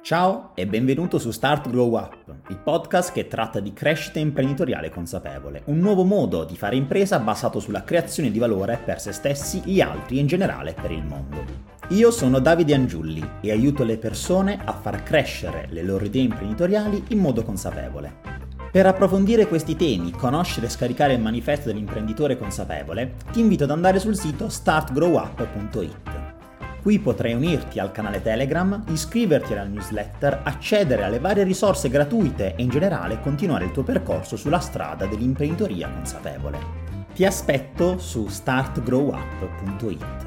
Ciao e benvenuto su Start Grow Up, il podcast che tratta di crescita imprenditoriale consapevole, un nuovo modo di fare impresa basato sulla creazione di valore per se stessi, gli altri e in generale per il mondo. Io sono Davide Angiulli e aiuto le persone a far crescere le loro idee imprenditoriali in modo consapevole. Per approfondire questi temi, conoscere e scaricare il manifesto dell'imprenditore consapevole, ti invito ad andare sul sito startgrowup.it. Qui potrai unirti al canale Telegram, iscriverti alla newsletter, accedere alle varie risorse gratuite e in generale continuare il tuo percorso sulla strada dell'imprenditoria consapevole. Ti aspetto su startgrowup.it.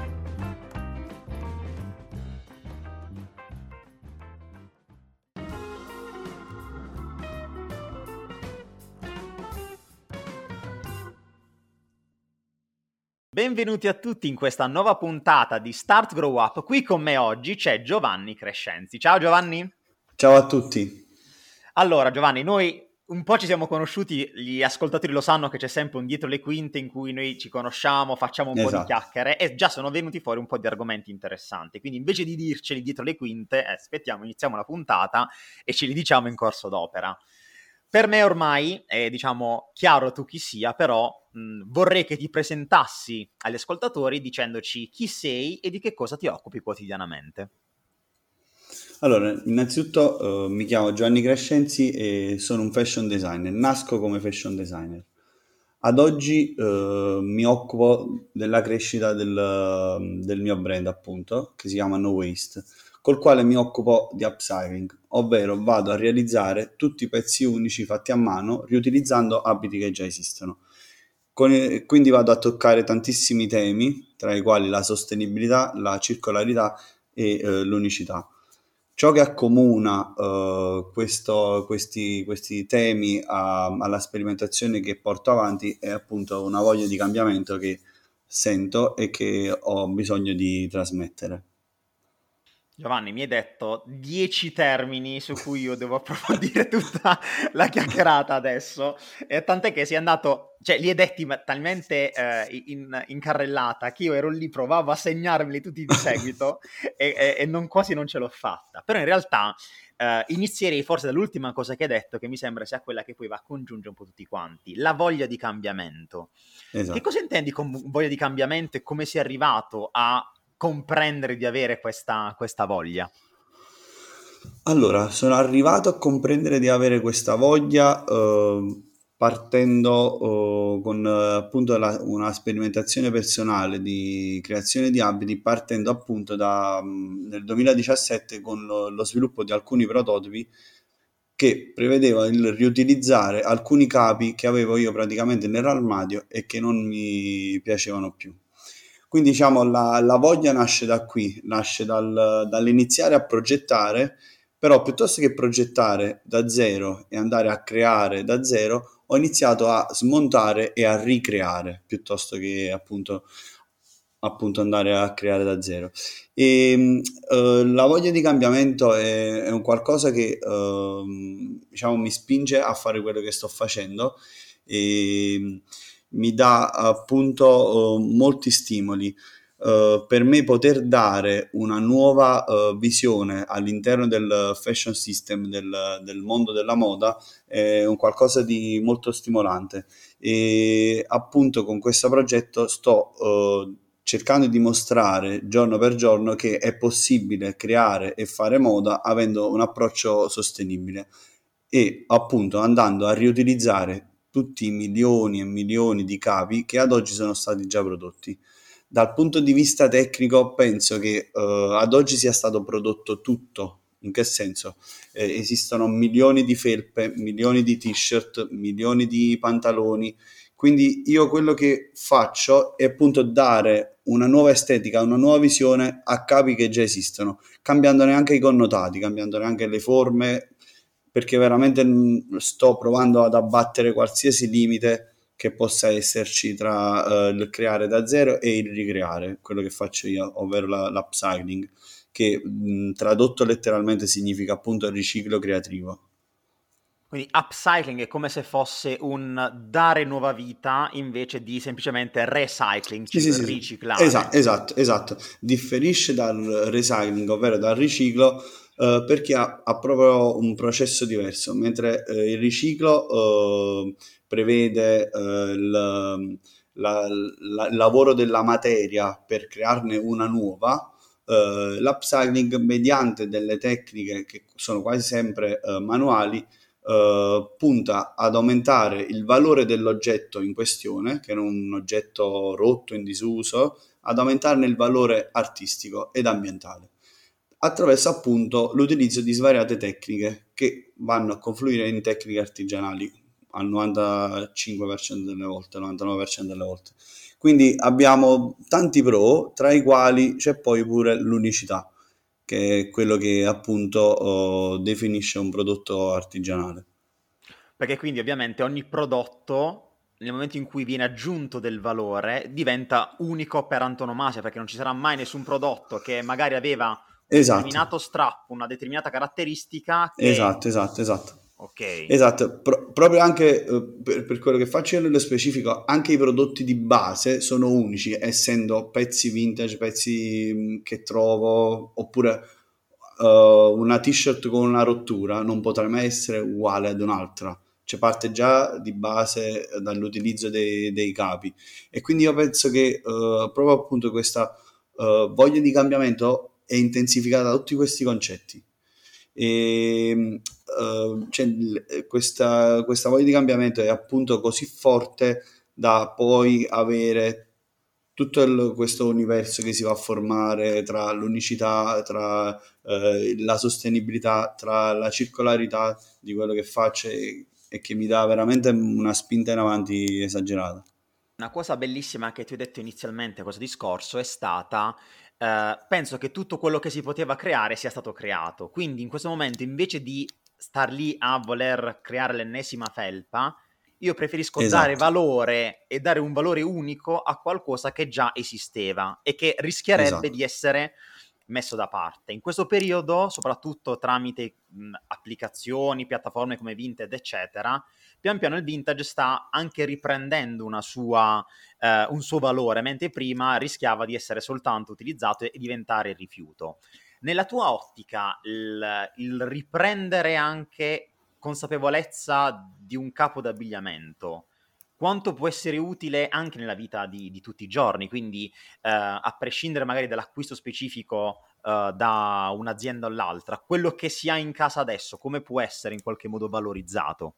Benvenuti a tutti in questa nuova puntata di Start Grow Up. Qui con me oggi c'è Giovanni Crescenzi. Ciao Giovanni. Ciao a tutti. Allora Giovanni, noi un po' ci siamo conosciuti, gli ascoltatori lo sanno che c'è sempre un dietro le quinte in cui noi ci conosciamo, facciamo un po' di chiacchiere e già sono venuti fuori un po' di argomenti interessanti. Quindi invece di dirceli dietro le quinte, aspettiamo, iniziamo la puntata e ce li diciamo in corso d'opera. Per me ormai è, chiaro tu chi sia, però vorrei che ti presentassi agli ascoltatori dicendoci chi sei e di che cosa ti occupi quotidianamente. Allora, innanzitutto mi chiamo Giovanni Crescenzi e sono un fashion designer. Nasco come fashion designer. Ad oggi mi occupo della crescita del mio brand, appunto, che si chiama No Waste, col quale mi occupo di upcycling, ovvero vado a realizzare tutti i pezzi unici fatti a mano riutilizzando abiti che già esistono. Quindi vado a toccare tantissimi temi, tra i quali la sostenibilità, la circolarità e l'unicità. Ciò che accomuna questi temi alla sperimentazione che porto avanti è appunto una voglia di cambiamento che sento e che ho bisogno di trasmettere. Giovanni, mi hai detto 10 termini su cui io devo approfondire tutta la chiacchierata adesso, e tant'è che sei andato, cioè li hai detti talmente in carrellata che io ero lì, provavo a segnarmeli tutti di seguito e quasi non ce l'ho fatta. Però in realtà inizierei forse dall'ultima cosa che hai detto, che mi sembra sia quella che poi va a congiungere un po' tutti quanti, la voglia di cambiamento. Esatto. Che cosa intendi con voglia di cambiamento e come sei arrivato a comprendere di avere questa voglia? Allora, sono arrivato a comprendere di avere questa voglia partendo con appunto una sperimentazione personale di creazione di abiti, partendo appunto nel 2017 con lo sviluppo di alcuni prototipi che prevedeva il riutilizzare alcuni capi che avevo io praticamente nell'armadio e che non mi piacevano più. Quindi diciamo la voglia nasce da qui, nasce dall'iniziare a progettare, però piuttosto che progettare da zero e andare a creare da zero, ho iniziato a smontare e a ricreare piuttosto che appunto andare a creare da zero. E la voglia di cambiamento è un qualcosa che mi spinge a fare quello che sto facendo e mi dà appunto molti stimoli. Per me poter dare una nuova visione all'interno del fashion system, del mondo della moda, è un qualcosa di molto stimolante e appunto con questo progetto sto cercando di dimostrare giorno per giorno che è possibile creare e fare moda avendo un approccio sostenibile e appunto andando a riutilizzare tutti i milioni e milioni di capi che ad oggi sono stati già prodotti. Dal punto di vista tecnico penso che ad oggi sia stato prodotto tutto. In che senso? Esistono milioni di felpe, milioni di t-shirt, milioni di pantaloni, quindi io quello che faccio è appunto dare una nuova estetica, una nuova visione a capi che già esistono, cambiandone anche i connotati, cambiandone anche le forme, perché veramente sto provando ad abbattere qualsiasi limite che possa esserci tra il creare da zero e il ricreare, quello che faccio io, ovvero l'upcycling, che tradotto letteralmente significa appunto il riciclo creativo. Quindi upcycling è come se fosse un dare nuova vita invece di semplicemente recycling, Sì, sì, sì, sì. riciclare. Esatto, esatto. Differisce dal recycling, ovvero dal riciclo, perché ha proprio un processo diverso, mentre il riciclo prevede il lavoro della materia per crearne una nuova. L'upcycling, mediante delle tecniche che sono quasi sempre manuali, punta ad aumentare il valore dell'oggetto in questione, che è un oggetto rotto, in disuso, ad aumentarne il valore artistico ed ambientale, attraverso appunto l'utilizzo di svariate tecniche che vanno a confluire in tecniche artigianali al 95% delle volte, 99% delle volte. Quindi abbiamo tanti pro, tra i quali c'è poi pure l'unicità, che è quello che appunto definisce un prodotto artigianale. Perché quindi ovviamente ogni prodotto, nel momento in cui viene aggiunto del valore, diventa unico per antonomasia, perché non ci sarà mai nessun prodotto che magari aveva un Esatto, determinato strappo, una determinata caratteristica che... esatto, esatto, esatto. Ok. Esatto, proprio anche per quello che faccio io nello specifico, anche i prodotti di base sono unici, essendo pezzi vintage, pezzi che trovo, oppure una t-shirt con una rottura non potrà mai essere uguale ad un'altra, cioè parte già di base dall'utilizzo dei capi. E quindi io penso che proprio appunto questa voglia di cambiamento è intensificata da tutti questi concetti. E cioè, questa voglia di cambiamento è appunto così forte da poi avere tutto questo universo che si va a formare tra l'unicità, tra la sostenibilità, tra la circolarità di quello che faccio, e che mi dà veramente una spinta in avanti esagerata. Una cosa bellissima che tu hai detto inizialmente a questo discorso è stata, penso che tutto quello che si poteva creare sia stato creato. Quindi in questo momento, invece di star lì a voler creare l'ennesima felpa, io preferisco dare Esatto, valore e dare un valore unico a qualcosa che già esisteva e che rischierebbe esatto, di essere messo da parte. In questo periodo, soprattutto tramite applicazioni, piattaforme come Vinted, eccetera, pian piano il vintage sta anche riprendendo un suo valore, mentre prima rischiava di essere soltanto utilizzato e diventare rifiuto. Nella tua ottica, il riprendere anche consapevolezza di un capo d'abbigliamento, quanto può essere utile anche nella vita di tutti i giorni, quindi a prescindere magari dall'acquisto specifico da un'azienda all'altra, quello che si ha in casa adesso, come può essere in qualche modo valorizzato?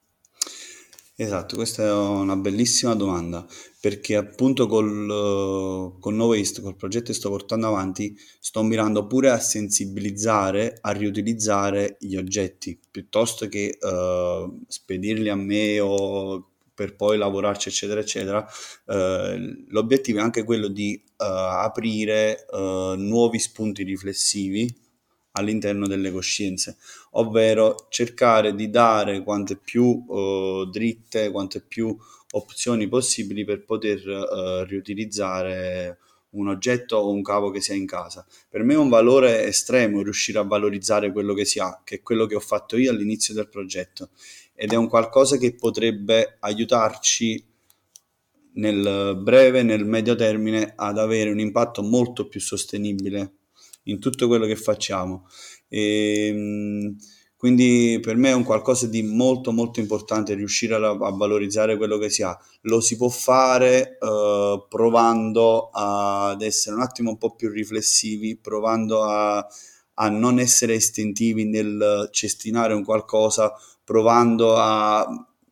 esatto, questa è una bellissima domanda, perché appunto col No Waste, col progetto che sto portando avanti, sto mirando pure a sensibilizzare, a riutilizzare gli oggetti, piuttosto che spedirli a me o per poi lavorarci, eccetera, eccetera. L'obiettivo è anche quello di aprire nuovi spunti riflessivi all'interno delle coscienze, ovvero cercare di dare quante più dritte, quante più opzioni possibili per poter riutilizzare un oggetto o un cavo che si ha in casa. Per me è un valore estremo riuscire a valorizzare quello che si ha, che è quello che ho fatto io all'inizio del progetto, ed è un qualcosa che potrebbe aiutarci nel breve e nel medio termine ad avere un impatto molto più sostenibile in tutto quello che facciamo. E, quindi per me è un qualcosa di molto molto importante riuscire a valorizzare quello che si ha. Lo si può fare provando ad essere un attimo un po' più riflessivi, provando a non essere istintivi nel cestinare un qualcosa, provando a,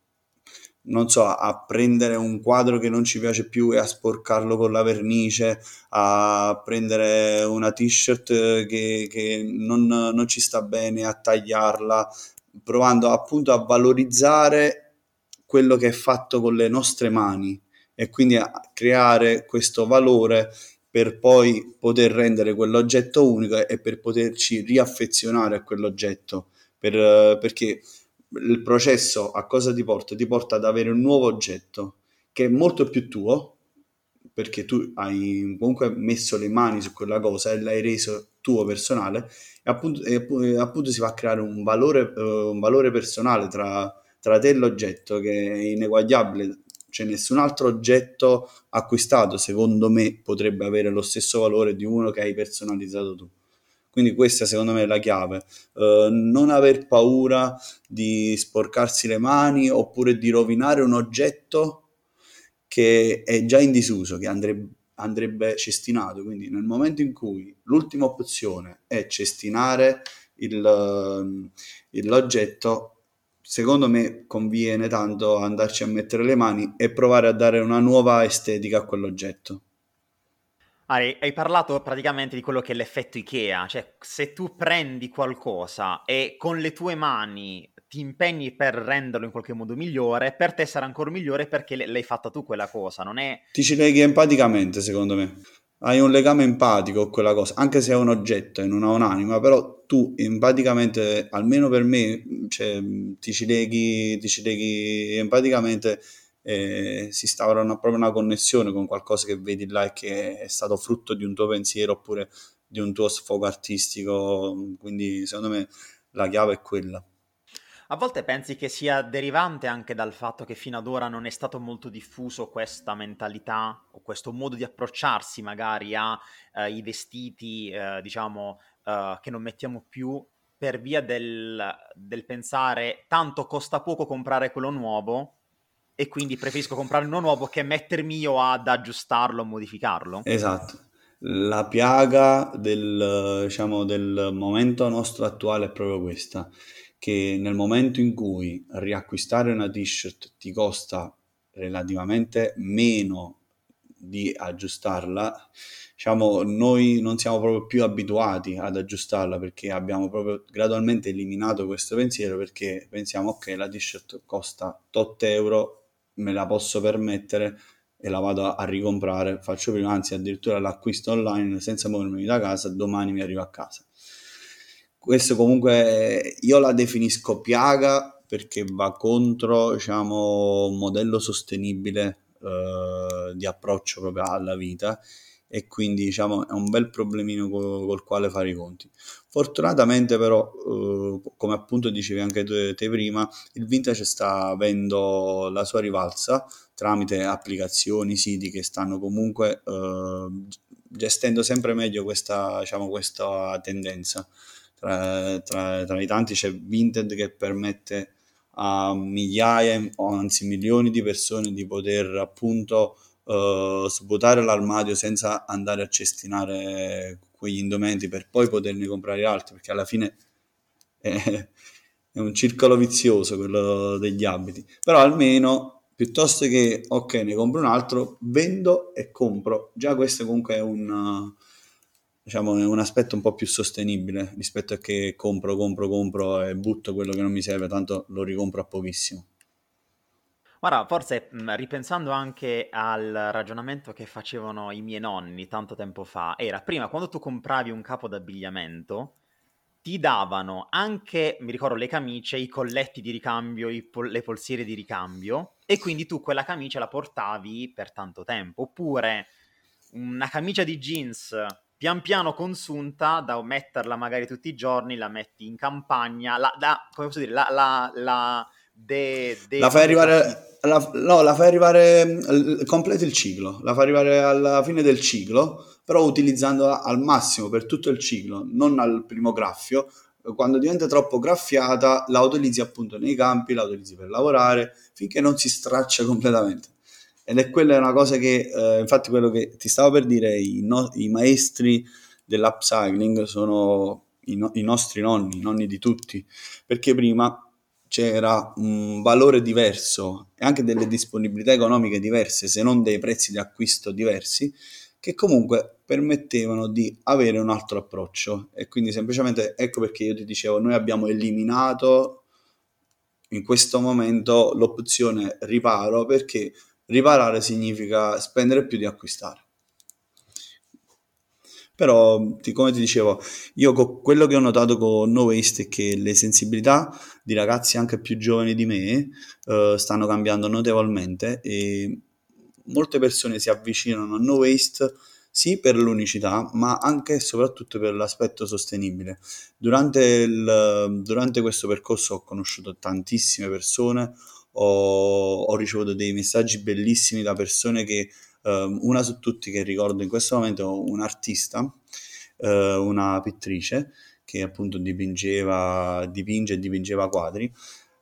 non so, a prendere un quadro che non ci piace più e a sporcarlo con la vernice, a prendere una t-shirt che non ci sta bene, a tagliarla, provando appunto a valorizzare quello che è fatto con le nostre mani, e quindi a creare questo valore per poi poter rendere quell'oggetto unico e per poterci riaffezionare a quell'oggetto, perché il processo a cosa ti porta? Ti porta ad avere un nuovo oggetto che è molto più tuo, perché tu hai comunque messo le mani su quella cosa e l'hai reso tuo personale e appunto si va a creare un valore personale tra te e l'oggetto che è ineguagliabile. C'è nessun altro oggetto acquistato, secondo me, potrebbe avere lo stesso valore di uno che hai personalizzato tu. Quindi questa secondo me è la chiave. Non aver paura di sporcarsi le mani oppure di rovinare un oggetto che è già in disuso, che andrebbe cestinato. Quindi nel momento in cui l'ultima opzione è cestinare l'oggetto, secondo me conviene tanto andarci a mettere le mani e provare a dare una nuova estetica a quell'oggetto. Hai parlato praticamente di quello che è l'effetto Ikea, cioè se tu prendi qualcosa e con le tue mani ti impegni per renderlo in qualche modo migliore, per te sarà ancora migliore perché l'hai fatta tu quella cosa, non è... Ti ci leghi empaticamente, secondo me. Hai un legame empatico con quella cosa, anche se è un oggetto e non ha un'anima, però tu empaticamente, almeno per me, cioè, ti ci leghi empaticamente e si instaura proprio una connessione con qualcosa che vedi là e che è stato frutto di un tuo pensiero oppure di un tuo sfogo artistico. Quindi, secondo me, la chiave è quella. A volte pensi che sia derivante anche dal fatto che fino ad ora non è stato molto diffuso questa mentalità o questo modo di approcciarsi magari a i vestiti, diciamo, che non mettiamo più per via del pensare tanto costa poco comprare quello nuovo e quindi preferisco comprare uno nuovo che mettermi io ad aggiustarlo o modificarlo? Esatto. La piaga diciamo, del momento nostro attuale è proprio questa, che nel momento in cui riacquistare una t-shirt ti costa relativamente meno di aggiustarla, diciamo, noi non siamo proprio più abituati ad aggiustarla perché abbiamo proprio gradualmente eliminato questo pensiero perché pensiamo, ok, la t-shirt costa tot euro, me la posso permettere e la vado a ricomprare, faccio prima, anzi addirittura l'acquisto online senza muovermi da casa, domani mi arriva a casa. Questo comunque io la definisco piaga perché va contro, diciamo, un modello sostenibile di approccio proprio alla vita e quindi diciamo è un bel problemino col quale fare i conti. Fortunatamente però, come appunto dicevi anche te prima, il vintage sta avendo la sua rivalsa tramite applicazioni, siti che stanno comunque gestendo sempre meglio questa, diciamo, questa tendenza. Tra i tanti c'è Vinted che permette a migliaia o anzi milioni di persone di poter appunto svuotare l'armadio senza andare a cestinare quegli indumenti per poi poterne comprare altri, perché alla fine è un circolo vizioso quello degli abiti. Però almeno piuttosto che ok, ne compro un altro, vendo e compro. Già questo comunque è diciamo, è un aspetto un po' più sostenibile rispetto a che compro e butto quello che non mi serve, tanto lo ricompro a pochissimo. Guarda, forse ripensando anche al ragionamento che facevano i miei nonni tanto tempo fa, era prima quando tu compravi un capo d'abbigliamento, ti davano anche, mi ricordo, le camicie, i colletti di ricambio, le polsiere di ricambio, e quindi tu quella camicia la portavi per tanto tempo. Oppure una camicia di jeans pian piano consunta da metterla magari tutti i giorni, la metti in campagna, come posso dire, La fai degraffi- arrivare, no, la fai arrivare, completa il ciclo, la fai arrivare alla fine del ciclo, però utilizzandola al massimo per tutto il ciclo, non al primo graffio. Quando diventa troppo graffiata, la utilizzi appunto nei campi, la utilizzi per lavorare, finché non si straccia completamente. Ed è quella una cosa che, infatti quello che ti stavo per dire, i maestri dell'upcycling sono i nostri nonni, i nonni di tutti, perché prima c'era un valore diverso e anche delle disponibilità economiche diverse, se non dei prezzi di acquisto diversi, che comunque permettevano di avere un altro approccio. E quindi semplicemente ecco perché io ti dicevo, noi abbiamo eliminato in questo momento l'opzione riparo perché riparare significa spendere più di acquistare. Però, come ti dicevo, io quello che ho notato con No Waste è che le sensibilità di ragazzi anche più giovani di me stanno cambiando notevolmente e molte persone si avvicinano a No Waste sì per l'unicità, ma anche e soprattutto per l'aspetto sostenibile. Durante questo percorso ho conosciuto tantissime persone, ho ricevuto dei messaggi bellissimi da persone che, una su tutti che ricordo in questo momento, è un artista, una pittrice che appunto dipinge e dipingeva quadri.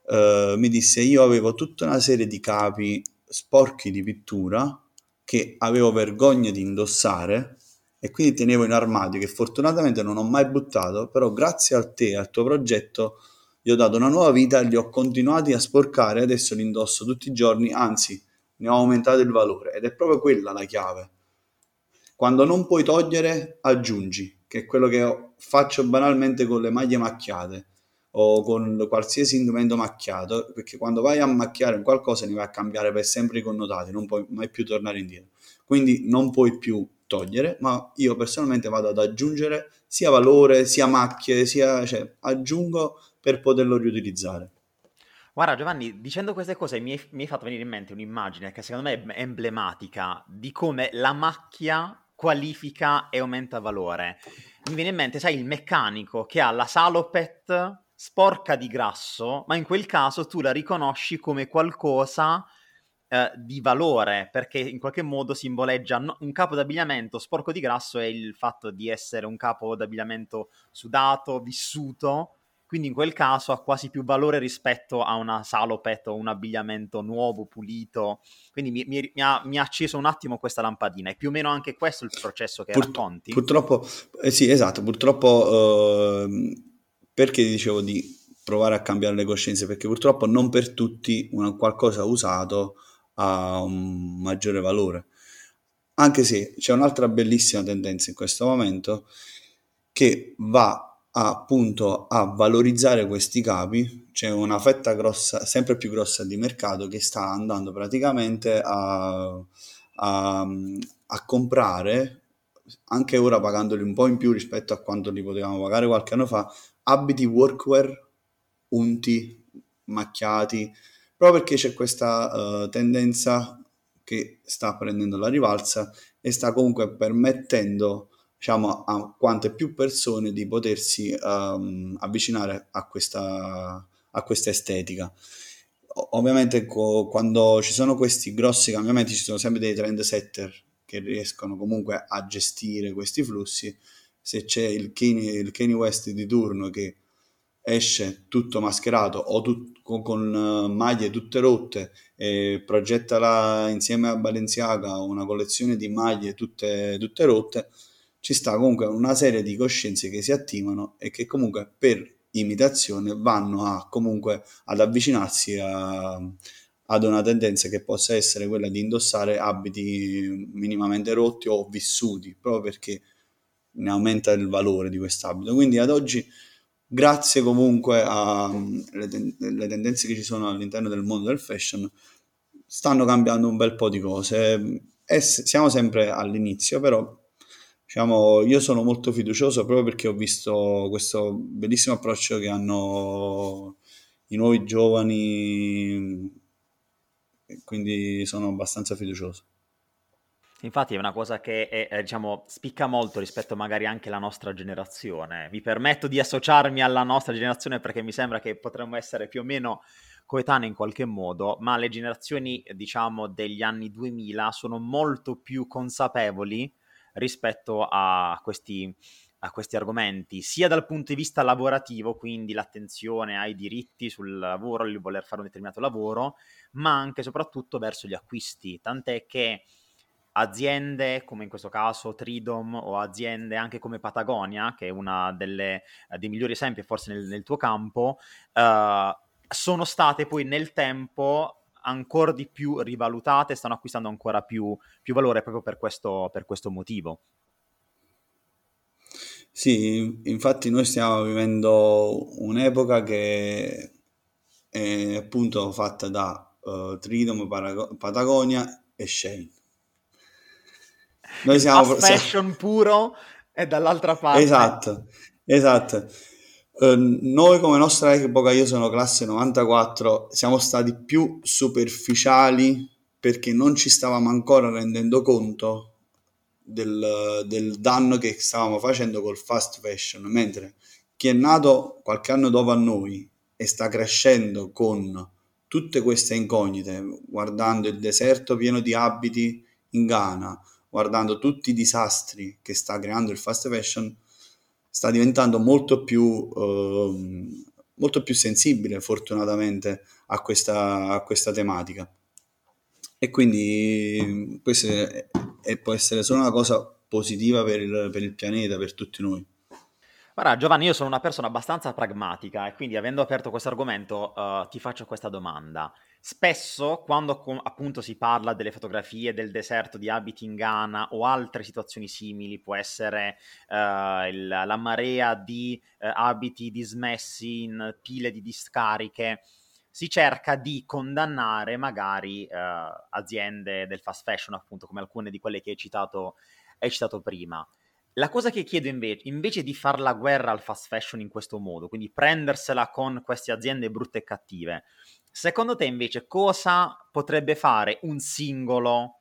Mi disse: io avevo tutta una serie di capi sporchi di pittura che avevo vergogna di indossare e quindi tenevo in armadio, che fortunatamente non ho mai buttato, però grazie a te, al tuo progetto, gli ho dato una nuova vita, li ho continuati a sporcare e adesso li indosso tutti i giorni, anzi ne ho aumentato il valore, ed è proprio quella la chiave. Quando non puoi togliere, aggiungi, che è quello che faccio banalmente con le maglie macchiate o con qualsiasi indumento macchiato, perché quando vai a macchiare un qualcosa ne vai a cambiare per sempre i connotati, non puoi mai più tornare indietro. Quindi non puoi più togliere, ma io personalmente vado ad aggiungere sia valore, sia macchie, cioè aggiungo per poterlo riutilizzare. Guarda Giovanni, dicendo queste cose mi hai fatto venire in mente un'immagine che secondo me è emblematica di come la macchia qualifica e aumenta valore. Mi viene in mente, sai, il meccanico che ha la salopet sporca di grasso, ma in quel caso tu la riconosci come qualcosa di valore, perché in qualche modo simboleggia un capo d'abbigliamento sporco di grasso è il fatto di essere un capo d'abbigliamento sudato, vissuto, quindi in quel caso ha quasi più valore rispetto a una salopet o un abbigliamento nuovo, pulito. Quindi mi ha acceso un attimo questa lampadina. È più o meno anche questo il processo che racconti? Purtroppo, sì, esatto, purtroppo, perché dicevo di provare a cambiare le coscienze? Perché purtroppo non per tutti qualcosa usato ha un maggiore valore. Anche se c'è un'altra bellissima tendenza in questo momento che va appunto a valorizzare questi capi. C'è una fetta grossa, sempre più grossa di mercato che sta andando praticamente a comprare, anche ora pagandoli un po' in più rispetto a quanto li potevamo pagare qualche anno fa, abiti workwear unti, macchiati, proprio perché c'è questa tendenza che sta prendendo la rivalsa e sta comunque permettendo, diciamo, a quante più persone di potersi avvicinare a questa estetica. Ovviamente quando ci sono questi grossi cambiamenti ci sono sempre dei trendsetter che riescono comunque a gestire questi flussi. Se c'è il Kanye West di turno che esce tutto mascherato o con maglie tutte rotte e progetta insieme a Balenciaga una collezione di maglie tutte rotte, ci sta comunque una serie di coscienze che si attivano e che comunque per imitazione vanno comunque ad avvicinarsi ad una tendenza che possa essere quella di indossare abiti minimamente rotti o vissuti, proprio perché ne aumenta il valore di quest'abito. Quindi ad oggi, grazie comunque alle tendenze che ci sono all'interno del mondo del fashion, stanno cambiando un bel po' di cose. E siamo sempre all'inizio, però diciamo, io sono molto fiducioso proprio perché ho visto questo bellissimo approccio che hanno i nuovi giovani, e quindi sono abbastanza fiducioso. Infatti è una cosa che diciamo, spicca molto rispetto magari anche alla nostra generazione. Mi permetto di associarmi alla nostra generazione perché mi sembra che potremmo essere più o meno coetanei in qualche modo, ma le generazioni, diciamo, degli anni 2000 sono molto più consapevoli rispetto a questi argomenti, sia dal punto di vista lavorativo, quindi l'attenzione ai diritti sul lavoro, il voler fare un determinato lavoro, ma anche e soprattutto verso gli acquisti, tant'è che aziende come in questo caso Tridom o aziende anche come Patagonia, che è una dei migliori esempi forse nel tuo campo, sono state poi nel tempo ancora di più rivalutate, stanno acquistando ancora più valore proprio per questo motivo. Sì, infatti noi stiamo vivendo un'epoca che è appunto fatta da Tridom, Patagonia e Shane. Noi Il siamo... fast fashion puro è dall'altra parte. Esatto, esatto. Noi come nostra epoca, io sono classe 94, siamo stati più superficiali perché non ci stavamo ancora rendendo conto del danno che stavamo facendo col fast fashion, mentre chi è nato qualche anno dopo a noi e sta crescendo con tutte queste incognite, guardando il deserto pieno di abiti in Ghana, guardando tutti i disastri che sta creando il fast fashion, sta diventando molto più sensibile, fortunatamente, a questa tematica. E quindi può essere solo una cosa positiva per il pianeta, per tutti noi. Guarda, Giovanni, io sono una persona abbastanza pragmatica e quindi avendo aperto questo argomento, ti faccio questa domanda. Spesso, quando appunto si parla delle fotografie del deserto di abiti in Ghana o altre situazioni simili, può essere la marea di abiti dismessi in pile di discariche, si cerca di condannare magari aziende del fast fashion, appunto, come alcune di quelle che hai citato prima. La cosa che chiedo invece di far la guerra al fast fashion in questo modo, quindi prendersela con queste aziende brutte e cattive, secondo te invece cosa potrebbe fare un singolo,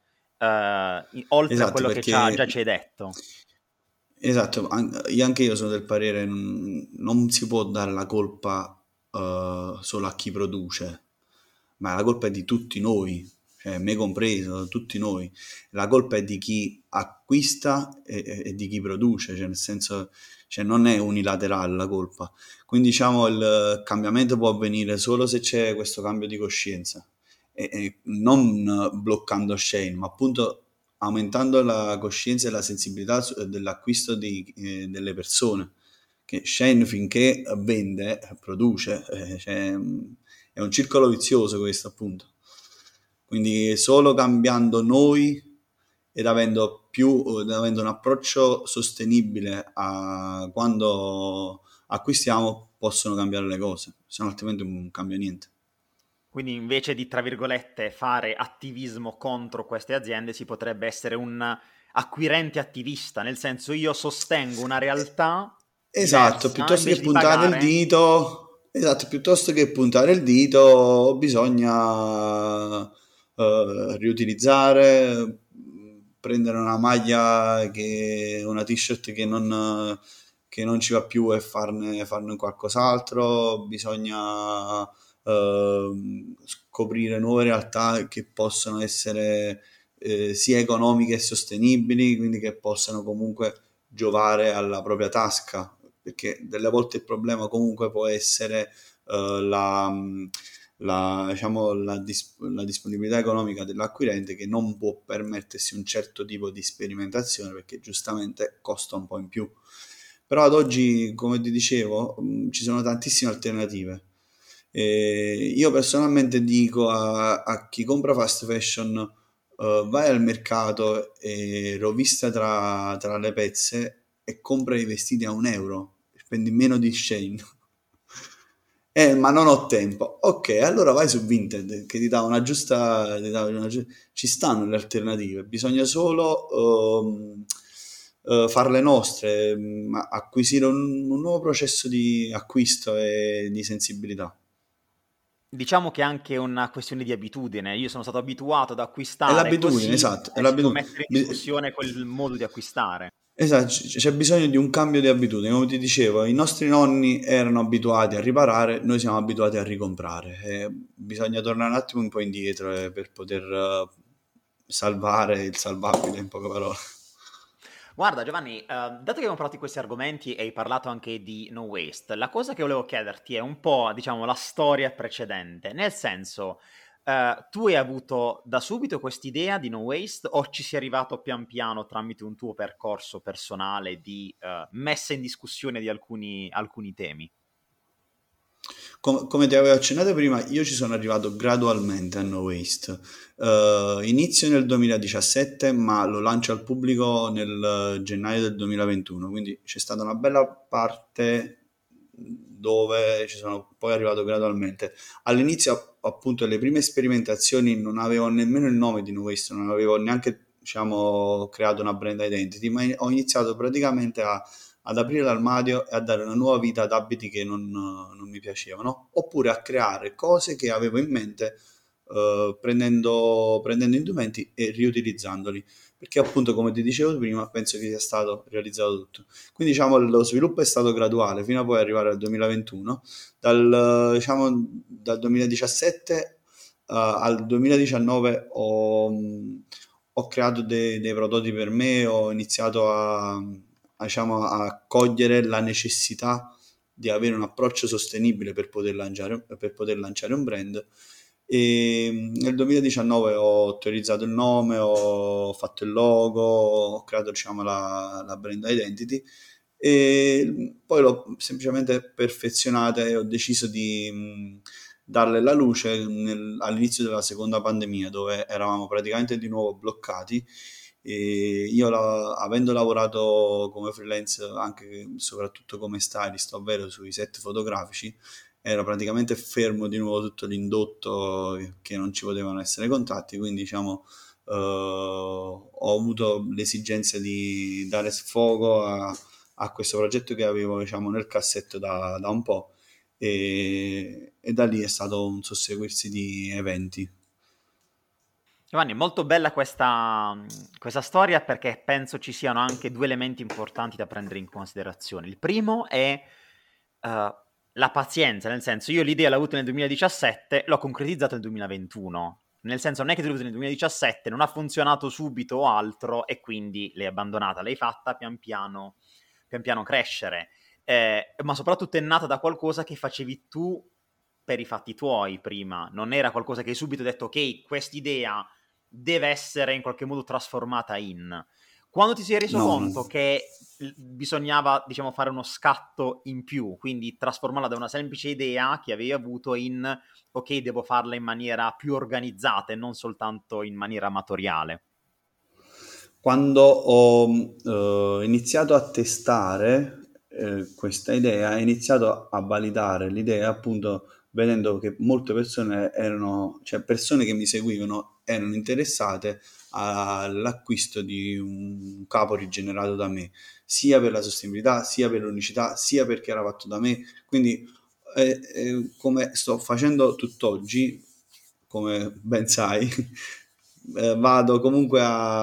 oltre a Esatto, quello che perché già ci hai detto? esatto, anche io sono del parere non si può dare la colpa solo a chi produce, ma la colpa è di tutti noi, cioè me compreso, tutti noi. La colpa è di chi acquista e di chi produce, cioè nel senso, cioè non è unilaterale la colpa. Quindi diciamo il cambiamento può avvenire solo se c'è questo cambio di coscienza e non bloccando Shane, ma appunto aumentando la coscienza e la sensibilità dell'acquisto delle persone. Che Shane finché vende, produce, cioè, è un circolo vizioso questo appunto. Quindi solo cambiando noi ed avendo un approccio sostenibile a quando acquistiamo possono cambiare le cose, se no altrimenti non cambia niente. Quindi invece di, tra virgolette, fare attivismo contro queste aziende, si potrebbe essere un acquirente attivista, nel senso io sostengo una realtà Esatto, diversa piuttosto che invece di puntare il pagare. dito, esatto, piuttosto che puntare il dito, bisogna riutilizzare, prendere una maglia una t-shirt che non ci va più e farne qualcos'altro, bisogna scoprire nuove realtà che possono essere sia economiche e sostenibili, quindi che possano comunque giovare alla propria tasca, perché delle volte il problema comunque può essere diciamo, la disponibilità economica dell'acquirente che non può permettersi un certo tipo di sperimentazione perché giustamente costa un po' in più. Però ad oggi, come ti dicevo, ci sono tantissime alternative. Io personalmente dico a chi compra fast fashion, vai al mercato e rovista tra le pezze e compra i vestiti a 1 euro, spendi meno di Shane. Ma non ho tempo. Ok, allora vai su Vinted che ti dà una giusta, ci stanno le alternative, bisogna solo farle nostre, acquisire un nuovo processo di acquisto e di sensibilità. Diciamo che è anche una questione di abitudine. Io sono stato abituato ad È acquistare l'abitudine, così, esatto, è adesso devo l'abitudine. mettere in discussione quel modo di acquistare. Esatto, c'è bisogno di un cambio di abitudine. Come ti dicevo, i nostri nonni erano abituati a riparare, noi siamo abituati a ricomprare. Bisogna tornare un attimo un po' indietro per poter salvare il salvabile, in poche parole. Guarda Giovanni, dato che abbiamo parlato di questi argomenti e hai parlato anche di No Waste, la cosa che volevo chiederti è un po', diciamo, la storia precedente, nel senso, tu hai avuto da subito quest'idea di No Waste o ci sei arrivato pian piano tramite un tuo percorso personale di messa in discussione di alcuni temi? Come ti avevo accennato prima, io ci sono arrivato gradualmente a No Waste. Inizio nel 2017, ma lo lancio al pubblico nel gennaio del 2021, quindi c'è stata una bella parte dove ci sono poi arrivato gradualmente. All'inizio, appunto, le prime sperimentazioni non avevo nemmeno il nome di No Waste, non avevo neanche, diciamo, creato una brand identity, ma ho iniziato praticamente ad aprire l'armadio e a dare una nuova vita ad abiti che non mi piacevano, oppure a creare cose che avevo in mente prendendo indumenti e riutilizzandoli, perché appunto come ti dicevo prima penso che sia stato realizzato tutto. Quindi diciamo lo sviluppo è stato graduale fino a poi arrivare al 2021, dal 2017 al 2019 ho creato dei prototipi per me, ho iniziato diciamo, a cogliere la necessità di avere un approccio sostenibile per poter lanciare un brand. E nel 2019 ho autorizzato il nome, ho fatto il logo, ho creato diciamo, la brand identity e poi l'ho semplicemente perfezionata e ho deciso di darle la luce all'inizio della seconda pandemia, dove eravamo praticamente di nuovo bloccati. E io, avendo lavorato come freelance anche soprattutto come stylist, ovvero sui set fotografici, era praticamente fermo di nuovo tutto l'indotto, che non ci potevano essere contatti, quindi diciamo ho avuto l'esigenza di dare sfogo a questo progetto che avevo diciamo, nel cassetto da un po' e da lì è stato un susseguirsi di eventi. Giovanni, è molto bella questa storia perché penso ci siano anche due elementi importanti da prendere in considerazione. Il primo è la pazienza, nel senso io l'idea l'ho avuta nel 2017, l'ho concretizzata nel 2021. Nel senso non è che l'ho avuta nel 2017, non ha funzionato subito o altro e quindi l'hai abbandonata, l'hai fatta pian piano crescere. Ma soprattutto è nata da qualcosa che facevi tu per i fatti tuoi prima, non era qualcosa che hai subito detto ok, quest'idea deve essere in qualche modo trasformata in. Quando ti sei reso No, no. conto che bisognava, diciamo, fare uno scatto in più, quindi trasformarla da una semplice idea che avevi avuto in ok, devo farla in maniera più organizzata e non soltanto in maniera amatoriale. Quando ho iniziato a testare questa idea, ho iniziato a validare l'idea appunto vedendo che molte persone erano, cioè persone che mi seguivano erano interessate all'acquisto di un capo rigenerato da me, sia per la sostenibilità, sia per l'unicità, sia perché era fatto da me. Quindi come sto facendo tutt'oggi, come ben sai, vado comunque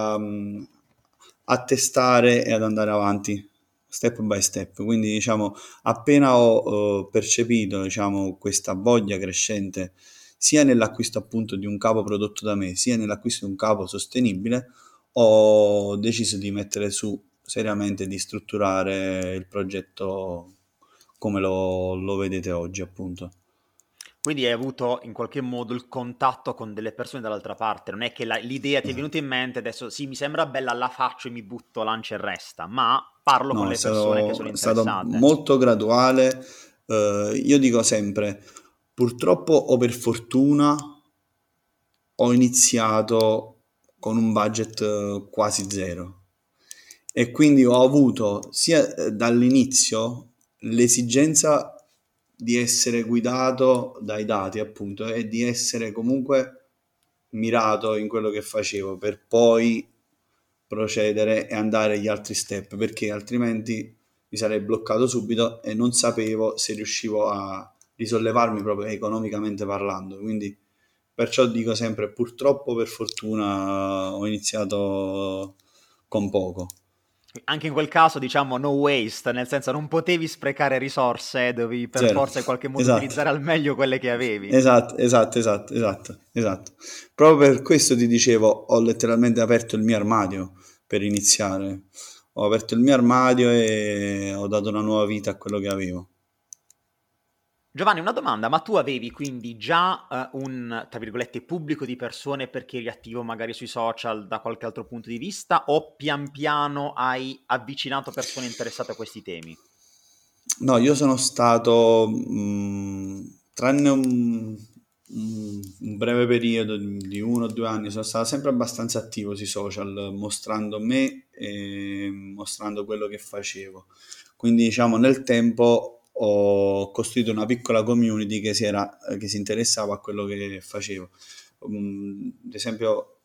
a testare e ad andare avanti step by step. Quindi, diciamo, appena ho percepito, diciamo, questa voglia crescente sia nell'acquisto appunto di un capo prodotto da me, sia nell'acquisto di un capo sostenibile, ho deciso di mettere su seriamente, di strutturare il progetto come lo vedete oggi, appunto. Quindi hai avuto in qualche modo il contatto con delle persone dall'altra parte, non è che l'idea ti è venuta in mente, adesso sì, mi sembra bella, la faccio e mi butto, lancia e resta, ma parlo con No, le persone che sono è stato interessate. molto graduale. Io dico sempre, purtroppo o per fortuna ho iniziato con un budget quasi zero e quindi ho avuto sia dall'inizio l'esigenza di essere guidato dai dati, appunto, e di essere comunque mirato in quello che facevo per poi procedere e andare agli altri step, perché altrimenti mi sarei bloccato subito e non sapevo se riuscivo a risollevarmi proprio economicamente parlando. Quindi perciò dico sempre, purtroppo per fortuna ho iniziato con poco. Anche in quel caso, diciamo, no waste, nel senso non potevi sprecare risorse, dovevi per Zero. forza in qualche modo Esatto. utilizzare al meglio quelle che avevi. Esatto. Proprio per questo ti dicevo, ho letteralmente aperto il mio armadio per iniziare. Ho aperto il mio armadio e ho dato una nuova vita a quello che avevo. Giovanni, una domanda, ma tu avevi quindi già un, tra virgolette, pubblico di persone perché eri attivo magari sui social da qualche altro punto di vista o pian piano hai avvicinato persone interessate a questi temi? No, io sono stato, tranne un breve periodo di 1 o 2 anni, sono stato sempre abbastanza attivo sui social, mostrando me e mostrando quello che facevo. Quindi, diciamo, nel tempo ho costruito una piccola community che si interessava a quello che facevo. Ad esempio,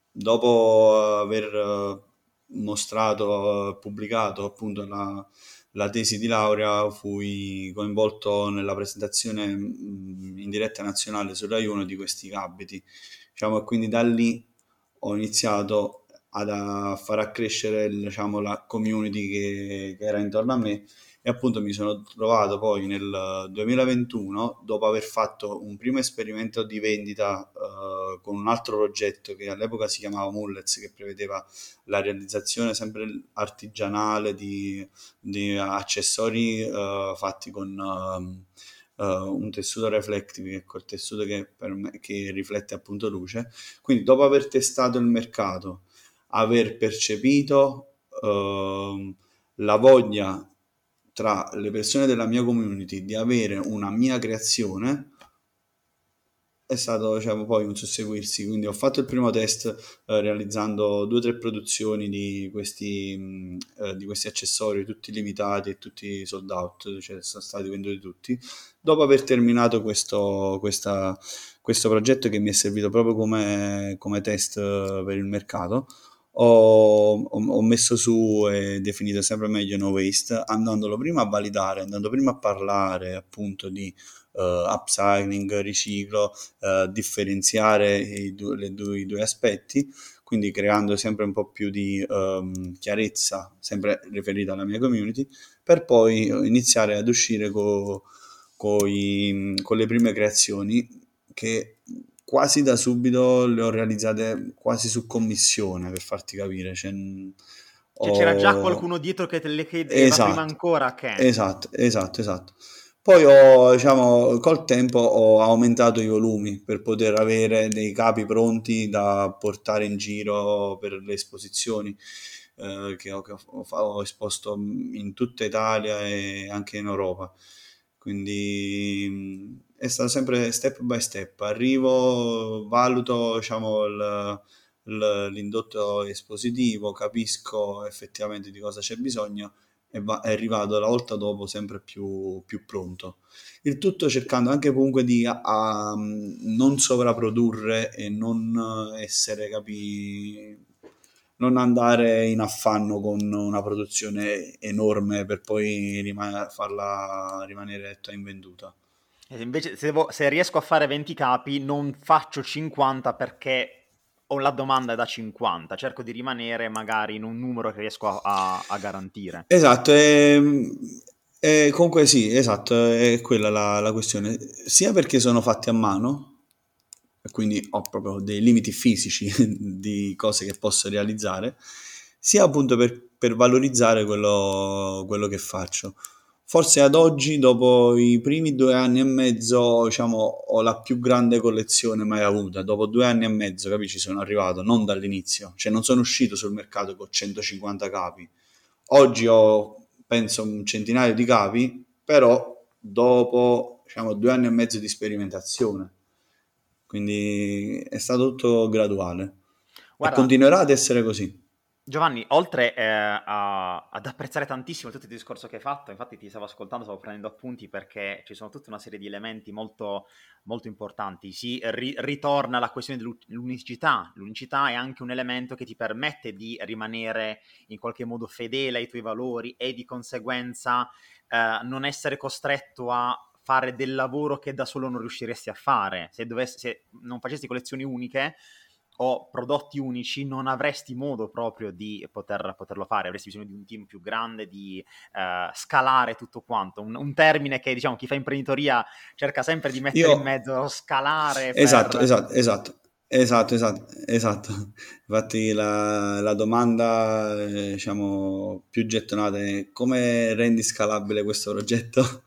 dopo aver mostrato, pubblicato appunto la tesi di laurea fui coinvolto nella presentazione in diretta nazionale su Rai 1 di questi abiti. Diciamo, e quindi da lì ho iniziato a far accrescere diciamo, la community che era intorno a me e appunto mi sono trovato poi nel 2021, dopo aver fatto un primo esperimento di vendita con un altro progetto che all'epoca si chiamava Mullets, che prevedeva la realizzazione sempre artigianale di accessori fatti con un tessuto reflective, che è quel tessuto che riflette appunto luce. Quindi dopo aver testato il mercato, aver percepito la voglia tra le persone della mia community di avere una mia creazione, è stato diciamo, poi un susseguirsi. Quindi ho fatto il primo test realizzando 2 o 3 produzioni di questi accessori, tutti limitati e tutti sold out, cioè sono stati venduti tutti. Dopo aver terminato questo progetto che mi è servito proprio come test per il mercato, ho messo su e definito sempre meglio No Waste, andandolo prima a validare, andando prima a parlare appunto di upcycling, riciclo, differenziare i due aspetti, quindi creando sempre un po' più di chiarezza, sempre riferita alla mia community, per poi iniziare ad uscire con le prime creazioni che quasi da subito le ho realizzate quasi su commissione, per farti capire. Cioè c'era già Ho... qualcuno dietro che te le chiedeva prima Esatto, ancora che... esatto. Poi diciamo, col tempo ho aumentato i volumi per poter avere dei capi pronti da portare in giro per le esposizioni che ho esposto in tutta Italia e anche in Europa. Quindi è stato sempre step by step. Arrivo, valuto, diciamo, l'indotto espositivo, capisco effettivamente di cosa c'è bisogno e è arrivato la volta dopo sempre più pronto. Il tutto cercando anche comunque di non sovrapprodurre e non essere, non andare in affanno con una produzione enorme per poi farla rimanere tutta invenduta. Invece se riesco a fare 20 capi non faccio 50 perché ho la domanda da 50, cerco di rimanere magari in un numero che riesco a garantire. Esatto, comunque sì, esatto, è quella la questione, sia perché sono fatti a mano, e quindi ho proprio dei limiti fisici di cose che posso realizzare, sia appunto per valorizzare quello che faccio. Forse ad oggi, dopo i primi 2 anni e mezzo, diciamo, ho la più grande collezione mai avuta. Dopo 2 anni e mezzo, capisci, sono arrivato, non dall'inizio. Cioè, non sono uscito sul mercato con 150 capi. Oggi ho, penso, un centinaio di capi, però dopo, diciamo, 2 anni e mezzo di sperimentazione. Quindi è stato tutto graduale. E Guarda, continuerà ad essere così. Giovanni, oltre ad apprezzare tantissimo tutto il discorso che hai fatto, infatti ti stavo ascoltando, stavo prendendo appunti perché ci sono tutta una serie di elementi molto, molto importanti. Ritorna la questione dell'unicità. L'unicità è anche un elemento che ti permette di rimanere in qualche modo fedele ai tuoi valori e di conseguenza non essere costretto a fare del lavoro che da solo non riusciresti a fare. Se non facessi collezioni uniche o prodotti unici non avresti modo proprio di poterlo fare, avresti bisogno di un team più grande, di scalare tutto quanto, un termine che diciamo chi fa imprenditoria cerca sempre di mettere in Io... mezzo, scalare Esatto, per... esatto, esatto, esatto. Infatti la domanda, diciamo, più gettonata è come rendi scalabile questo progetto?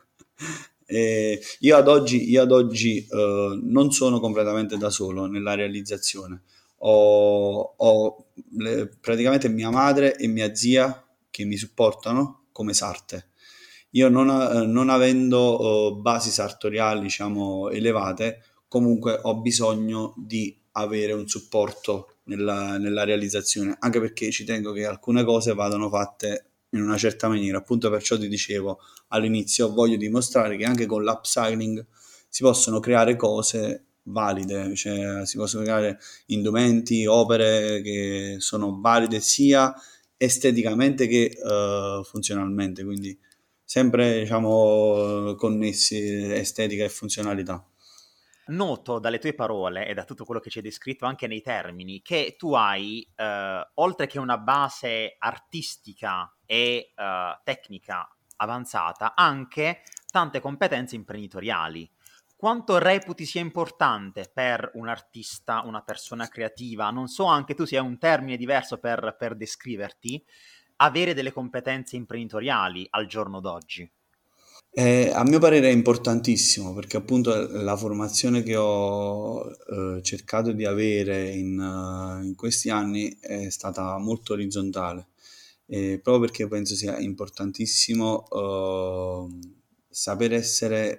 Io ad oggi non sono completamente da solo nella realizzazione. Ho praticamente mia madre e mia zia che mi supportano come sarte. Io non avendo basi sartoriali, diciamo, elevate, comunque ho bisogno di avere un supporto nella realizzazione, anche perché ci tengo che alcune cose vadano fatte in una certa maniera. Appunto, perciò ti dicevo all'inizio, voglio dimostrare che anche con l'upcycling si possono creare cose valide, cioè si possono creare indumenti, opere che sono valide sia esteticamente che funzionalmente, quindi sempre diciamo connessi estetica e funzionalità. Noto dalle tue parole e da tutto quello che ci hai descritto anche nei termini che tu hai, oltre che una base artistica e tecnica avanzata, anche tante competenze imprenditoriali. Quanto reputi sia importante per un artista, una persona creativa, non so anche tu se hai un termine diverso per descriverti, avere delle competenze imprenditoriali al giorno d'oggi? A mio parere è importantissimo perché appunto la formazione che ho cercato di avere in questi anni è stata molto orizzontale, proprio perché penso sia importantissimo saper essere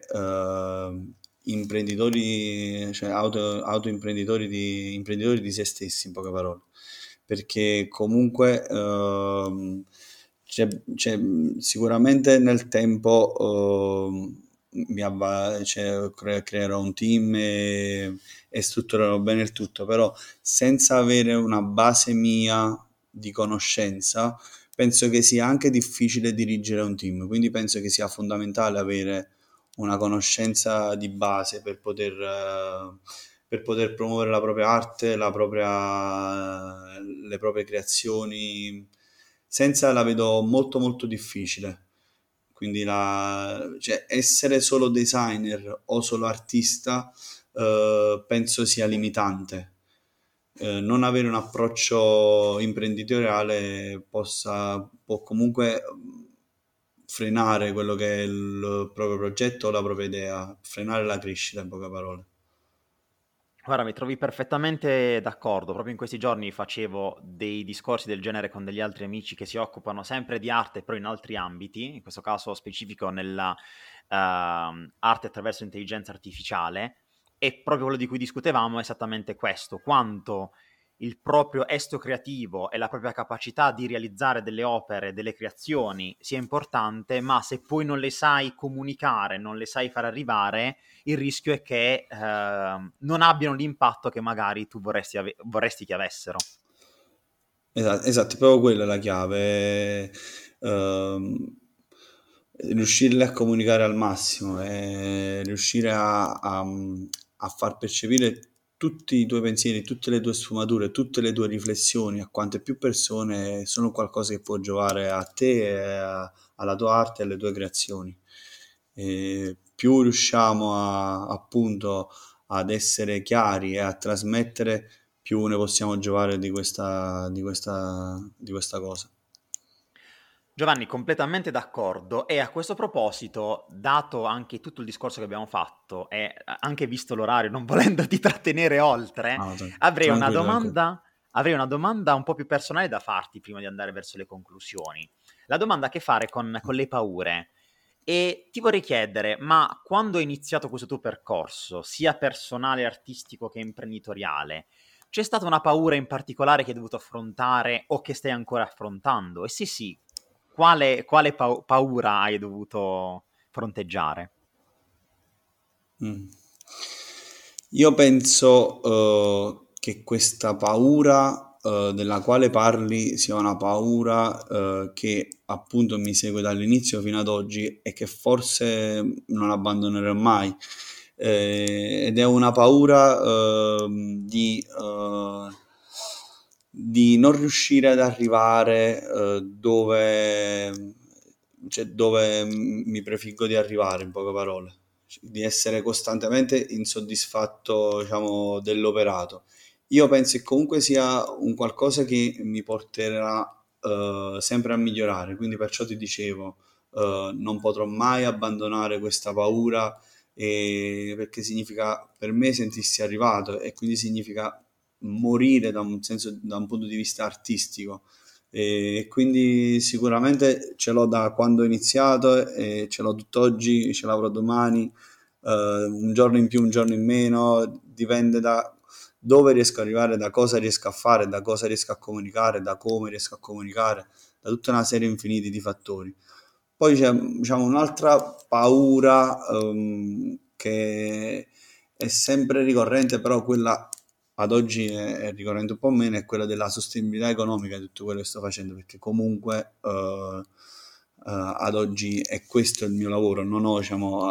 imprenditori, cioè autoimprenditori imprenditori di se stessi, in poche parole, perché comunque sicuramente nel tempo creerò un team e strutturerò bene il tutto, però senza avere una base mia di conoscenza, penso che sia anche difficile dirigere un team, quindi penso che sia fondamentale avere una conoscenza di base per poter promuovere la propria arte, le proprie creazioni. Senza la vedo molto molto difficile. Quindi cioè, essere solo designer o solo artista penso sia limitante. Non avere un approccio imprenditoriale può comunque frenare quello che è il proprio progetto o la propria idea, frenare la crescita, in poche parole. Guarda, mi trovi perfettamente d'accordo. Proprio in questi giorni facevo dei discorsi del genere con degli altri amici che si occupano sempre di arte, però in altri ambiti, in questo caso specifico nella arte attraverso intelligenza artificiale, e proprio quello di cui discutevamo è esattamente questo: quanto il proprio estro creativo e la propria capacità di realizzare delle opere, delle creazioni sia importante, ma se poi non le sai comunicare, non le sai far arrivare, il rischio è che non abbiano l'impatto che magari tu vorresti che avessero. Esatto, proprio quella è la chiave. ehm, Riuscirle a comunicare al massimo e riuscire a far percepire tutti i tuoi pensieri, tutte le tue sfumature, tutte le tue riflessioni a quante più persone sono qualcosa che può giovare a te alla tua arte e alle tue creazioni. E più riusciamo appunto ad essere chiari e a trasmettere, più ne possiamo giovare di questa cosa. Giovanni, completamente d'accordo. E a questo proposito, dato anche tutto il discorso che abbiamo fatto e anche visto l'orario, non volendoti trattenere oltre, Ah, avrei una tranquillo, tranquillo. domanda, avrei una domanda un po' più personale da farti prima di andare verso le conclusioni. La domanda ha a che fare con le paure. E ti vorrei chiedere, ma quando hai iniziato questo tuo percorso, sia personale, artistico che imprenditoriale, c'è stata una paura in particolare che hai dovuto affrontare o che stai ancora affrontando? E se sì, quale paura hai dovuto fronteggiare? Mm. Io penso che questa paura della quale parli sia una paura che appunto mi segue dall'inizio fino ad oggi e che forse non abbandonerò mai. Ed è una paura di non riuscire ad arrivare dove mi prefiggo di arrivare, in poche parole, di essere costantemente insoddisfatto, diciamo, dell'operato. Io penso che comunque sia un qualcosa che mi porterà sempre a migliorare, quindi perciò ti dicevo, non potrò mai abbandonare questa paura perché significa per me sentirsi arrivato e quindi significa morire da un punto di vista artistico. E quindi sicuramente ce l'ho da quando ho iniziato e ce l'ho tutt'oggi, ce l'avrò domani, un giorno in più, un giorno in meno, dipende da dove riesco ad arrivare, da cosa riesco a fare, da cosa riesco a comunicare, da come riesco a comunicare, da tutta una serie infinita di fattori. Poi c'è, diciamo, un'altra paura che è sempre ricorrente, però quella ad oggi è ricorrente un po' meno, è quella della sostenibilità economica di tutto quello che sto facendo, perché comunque ad oggi è questo il mio lavoro, non ho, diciamo,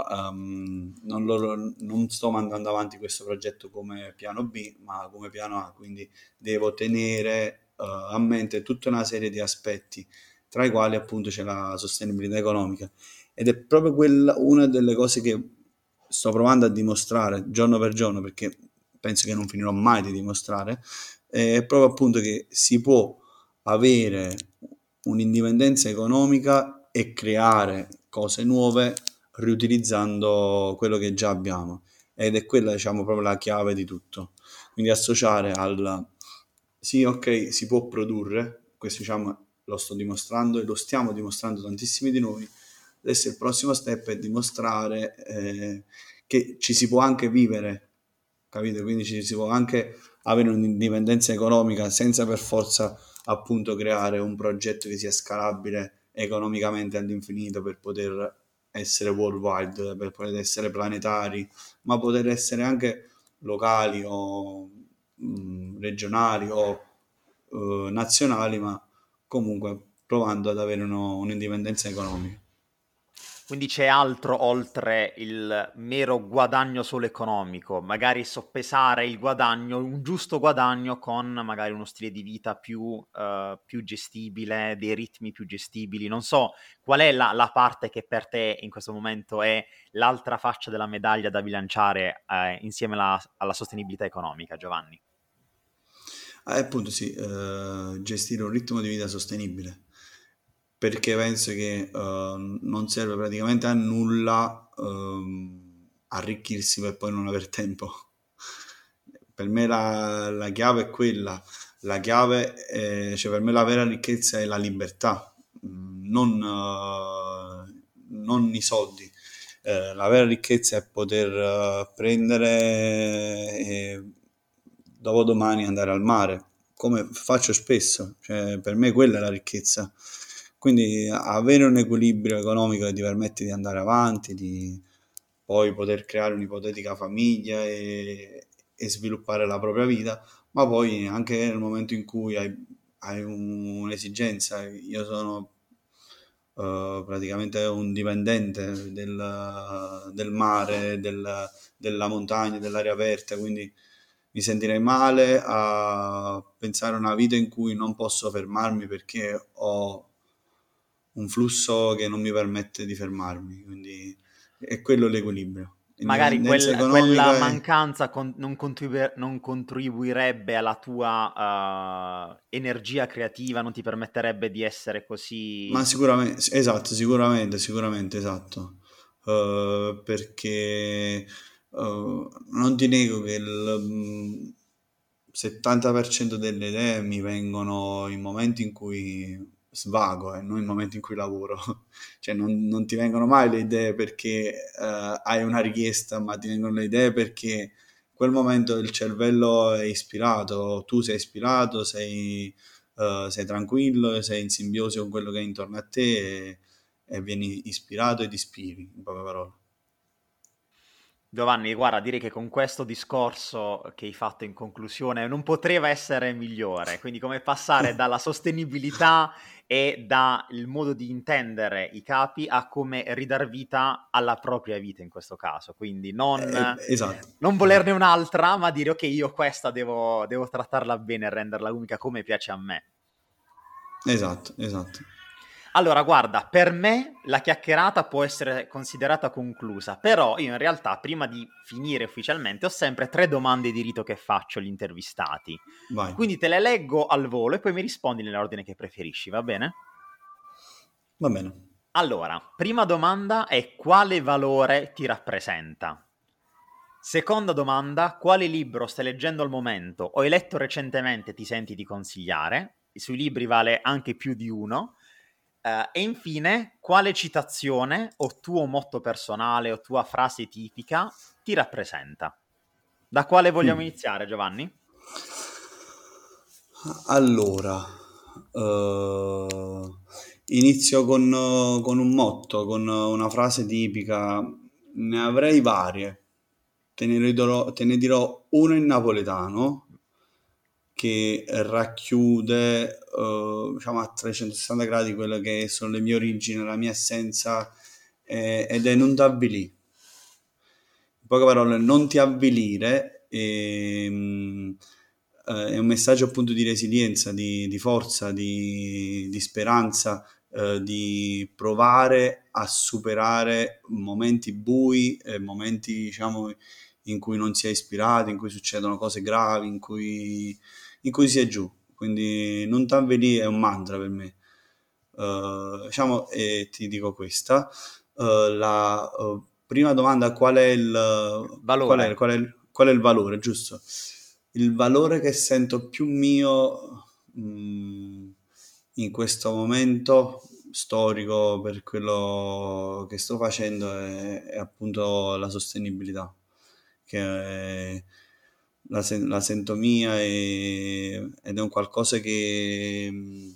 non sto mandando avanti questo progetto come piano B, ma come piano A, quindi devo tenere a mente tutta una serie di aspetti, tra i quali appunto c'è la sostenibilità economica, ed è proprio quella una delle cose che sto provando a dimostrare giorno per giorno, perché penso che non finirò mai di dimostrare, è proprio appunto che si può avere un'indipendenza economica e creare cose nuove riutilizzando quello che già abbiamo, ed è quella, diciamo, proprio la chiave di tutto. Quindi associare al sì, ok, si può produrre, questo diciamo lo sto dimostrando e lo stiamo dimostrando tantissimi di noi. Adesso il prossimo step è dimostrare che ci si può anche vivere, capite? Quindi ci si può anche avere un'indipendenza economica senza per forza appunto creare un progetto che sia scalabile economicamente all'infinito per poter essere worldwide, per poter essere planetari, ma poter essere anche locali o regionali o nazionali, ma comunque provando ad avere un'indipendenza economica. Quindi c'è altro oltre il mero guadagno solo economico, magari soppesare il guadagno, un giusto guadagno con magari uno stile di vita più gestibile, dei ritmi più gestibili. Non so qual è la parte che per te in questo momento è l'altra faccia della medaglia da bilanciare insieme alla sostenibilità economica, Giovanni. Appunto sì, gestire un ritmo di vita sostenibile, perché penso che non serve praticamente a nulla arricchirsi per poi non aver tempo. Per me la chiave è quella, la chiave cioè per me la vera ricchezza è la libertà, non i soldi. La vera ricchezza è poter prendere e dopodomani andare al mare, come faccio spesso, cioè, per me quella è la ricchezza. Quindi avere un equilibrio economico che ti permette di andare avanti, di poi poter creare un'ipotetica famiglia e sviluppare la propria vita, ma poi anche nel momento in cui hai un'esigenza. Io sono praticamente un dipendente del mare, della montagna, dell'aria aperta, quindi mi sentirei male a pensare a una vita in cui non posso fermarmi perché ho un flusso che non mi permette di fermarmi, quindi è quello l'equilibrio. Magari Indipendenza quella economica è... mancanza non contribuirebbe alla tua energia creativa, non ti permetterebbe di essere Ma così... sicuramente, esatto, sicuramente, esatto. Perché non ti nego che il 70% delle idee mi vengono in momenti in cui svago e non in momenti in cui lavoro. Cioè non ti vengono mai le idee perché hai una richiesta, ma ti vengono le idee perché in quel momento il cervello è ispirato, tu sei ispirato, sei tranquillo, sei in simbiosi con quello che è intorno a te e vieni ispirato ed ispiri, in poche parole. Giovanni, guarda, direi che con questo discorso che hai fatto in conclusione non poteva essere migliore. Quindi come passare dalla sostenibilità e dal modo di intendere i capi a come ridar vita alla propria vita in questo caso. Quindi Esatto, non volerne esatto, un'altra, ma dire ok, io questa devo trattarla bene e renderla unica come piace a me. esatto. Allora, guarda, per me la chiacchierata può essere considerata conclusa, però io in realtà, prima di finire ufficialmente, ho sempre 3 domande di rito che faccio agli intervistati. Vai, Quindi te le leggo al volo e poi mi rispondi nell'ordine che preferisci, va bene? va bene. Allora, prima domanda è quale valore ti rappresenta? Seconda domanda, quale libro stai leggendo al momento o hai letto recentemente e ti senti di consigliare? Sui libri vale anche più di uno. E infine, quale citazione o tuo motto personale o tua frase tipica ti rappresenta? Da quale vogliamo Mm. iniziare, Giovanni? Allora, inizio con un motto, con una frase tipica. Ne avrei varie. Te ne dirò uno in napoletano che racchiude diciamo a 360 gradi quello che sono le mie origini, la mia essenza, ed è non t'avvilì. In poche parole, non ti avvilire, è un messaggio appunto di resilienza, di forza, di speranza, di provare a superare momenti bui, momenti diciamo in cui non si è ispirati, in cui succedono cose gravi, in cui si è giù. Quindi non t'avvilì è un mantra per me. Diciamo, e ti dico questa. La prima domanda: qual è il valore? Qual è il valore, giusto? Il valore che sento più mio in questo momento storico per quello che sto facendo è appunto la sostenibilità, che la sento mia, ed è un qualcosa che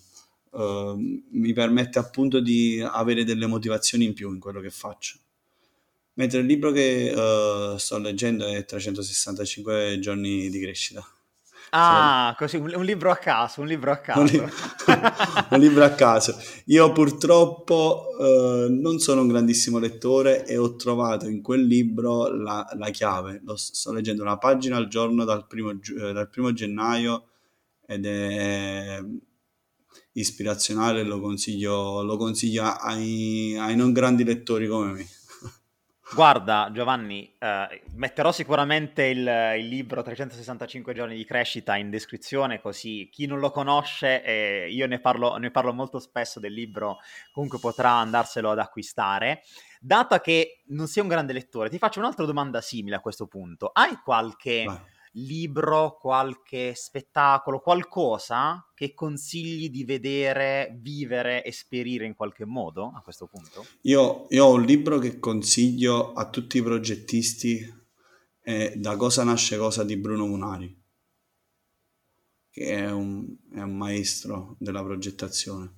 mi permette appunto di avere delle motivazioni in più in quello che faccio. Mentre il libro che sto leggendo è 365 giorni di crescita. Così, un libro a caso, un libro a Un caso. libro a caso. Io purtroppo non sono un grandissimo lettore e ho trovato in quel libro la chiave. Sto leggendo una pagina al giorno dal primo gennaio ed è ispirazionale, lo consiglio ai non grandi lettori come me. Guarda Giovanni, metterò sicuramente il libro 365 giorni di crescita in descrizione, così chi non lo conosce, io ne parlo molto spesso del libro, comunque potrà andarselo ad acquistare. Dato che non sei un grande lettore, ti faccio un'altra domanda simile a questo punto. Hai qualche Vai. libro, qualche spettacolo, qualcosa che consigli di vedere, vivere, esperire in qualche modo a questo punto? Io ho un libro che consiglio a tutti i progettisti, è Da cosa nasce cosa di Bruno Munari, che è un maestro della progettazione.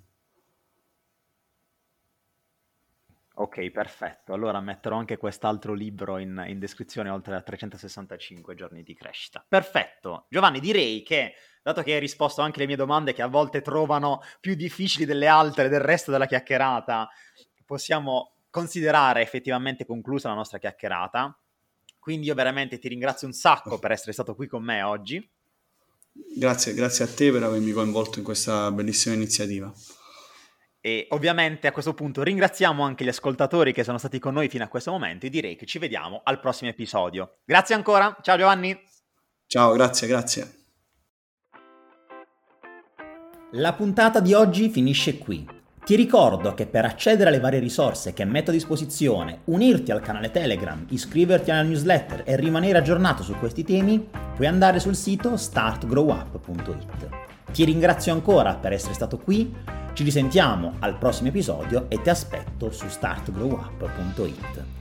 Ok, perfetto. Allora metterò anche quest'altro libro in descrizione, oltre a 365 giorni di crescita. Perfetto. Giovanni, direi che, dato che hai risposto anche alle mie domande, che a volte trovano più difficili delle altre del resto della chiacchierata, possiamo considerare effettivamente conclusa la nostra chiacchierata. Quindi io veramente ti ringrazio un sacco per essere stato qui con me oggi. Grazie a te per avermi coinvolto in questa bellissima iniziativa. E ovviamente a questo punto ringraziamo anche gli ascoltatori che sono stati con noi fino a questo momento e direi che ci vediamo al prossimo episodio. Grazie ancora, ciao Giovanni! Ciao, grazie. La puntata di oggi finisce qui. Ti ricordo che per accedere alle varie risorse che metto a disposizione, unirti al canale Telegram, iscriverti alla newsletter e rimanere aggiornato su questi temi, puoi andare sul sito startgrowup.it. Ti ringrazio ancora per essere stato qui, ci risentiamo al prossimo episodio e ti aspetto su startgrowup.it.